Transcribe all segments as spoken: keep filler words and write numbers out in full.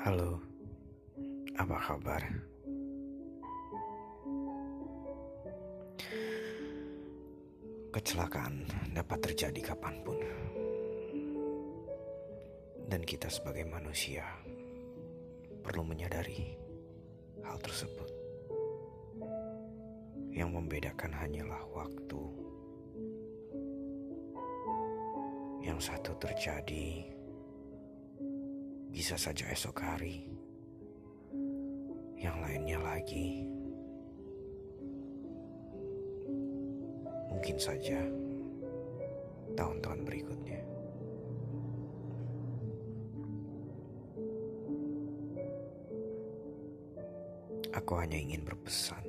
Halo, apa kabar? Kecelakaan dapat terjadi kapanpun, dan kita sebagai manusia perlu menyadari hal tersebut. Yang membedakan hanyalah waktu. Yang satu terjadi bisa saja esok hari, yang lainnya lagi mungkin saja tahun-tahun berikutnya. Aku hanya ingin berpesan,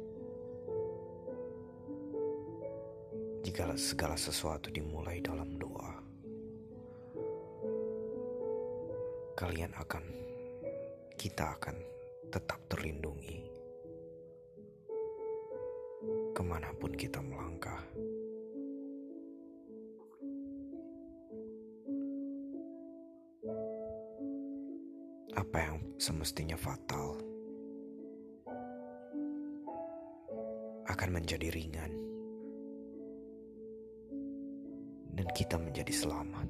jika segala sesuatu dimulai dalam doa, kalian akan, kita akan tetap terlindungi kemanapun kita melangkah. Apa yang semestinya fatal akan menjadi ringan, dan kita menjadi selamat.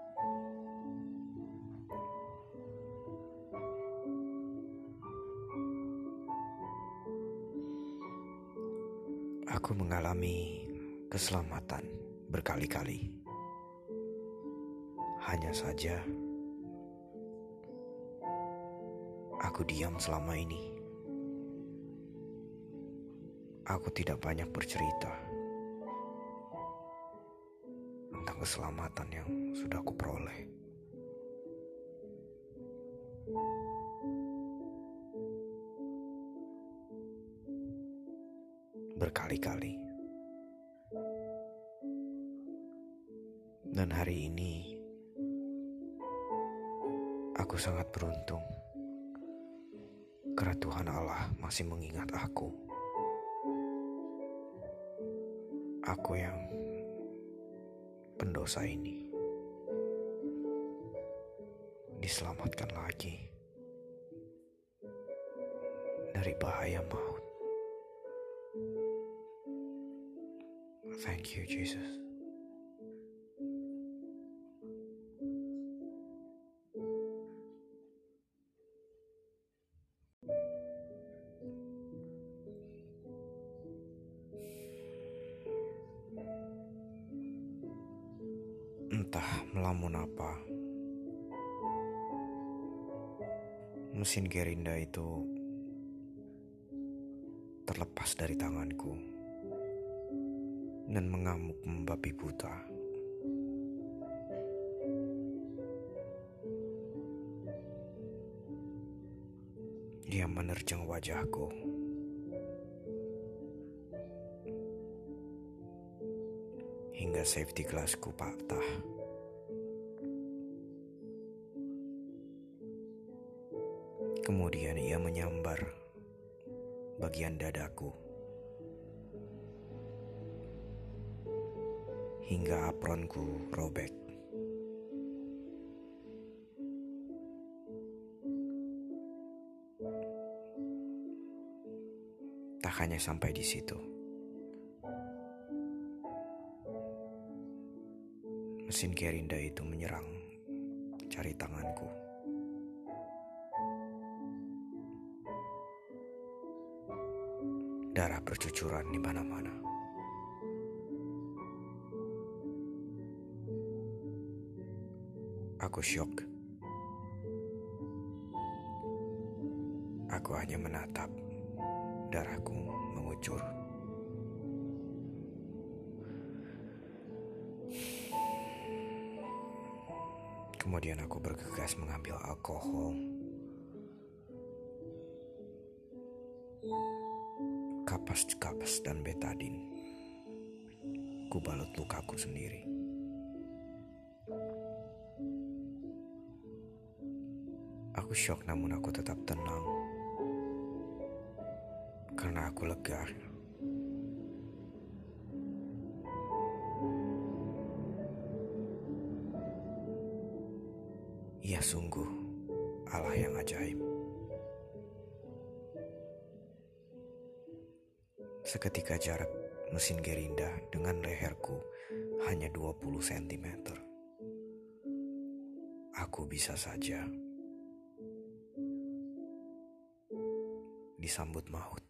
Aku mengalami keselamatan berkali-kali. Hanya saja aku diam selama ini. Aku tidak banyak bercerita tentang keselamatan yang sudah aku peroleh. Berkali-kali. Dan hari ini aku sangat beruntung karena Tuhan Allah masih mengingat aku. Aku yang pendosa ini diselamatkan lagi dari bahaya maut. Thank you, Jesus. Entah melamun apa, mesin Gerinda itu terlepas dari tanganku dan mengamuk membabi buta. Dia menerjang wajahku. Hingga safety glassku patah. Kemudian ia menyambar bagian dadaku hingga apronku robek. Tak hanya sampai di situ. Mesin Gerinda itu menyerang jari tanganku. Darah bercucuran di mana-mana. Aku syok. Aku hanya menatap darahku mengucur. Kemudian aku bergegas mengambil alkohol, kapas-kapas dan betadin. Ku balut lukaku sendiri. Aku syok, namun aku tetap tenang karena aku lega. Ia sungguh Allah yang ajaib. Seketika jarak mesin Gerinda dengan leherku hanya dua puluh sentimeter. Aku bisa saja disambut maut.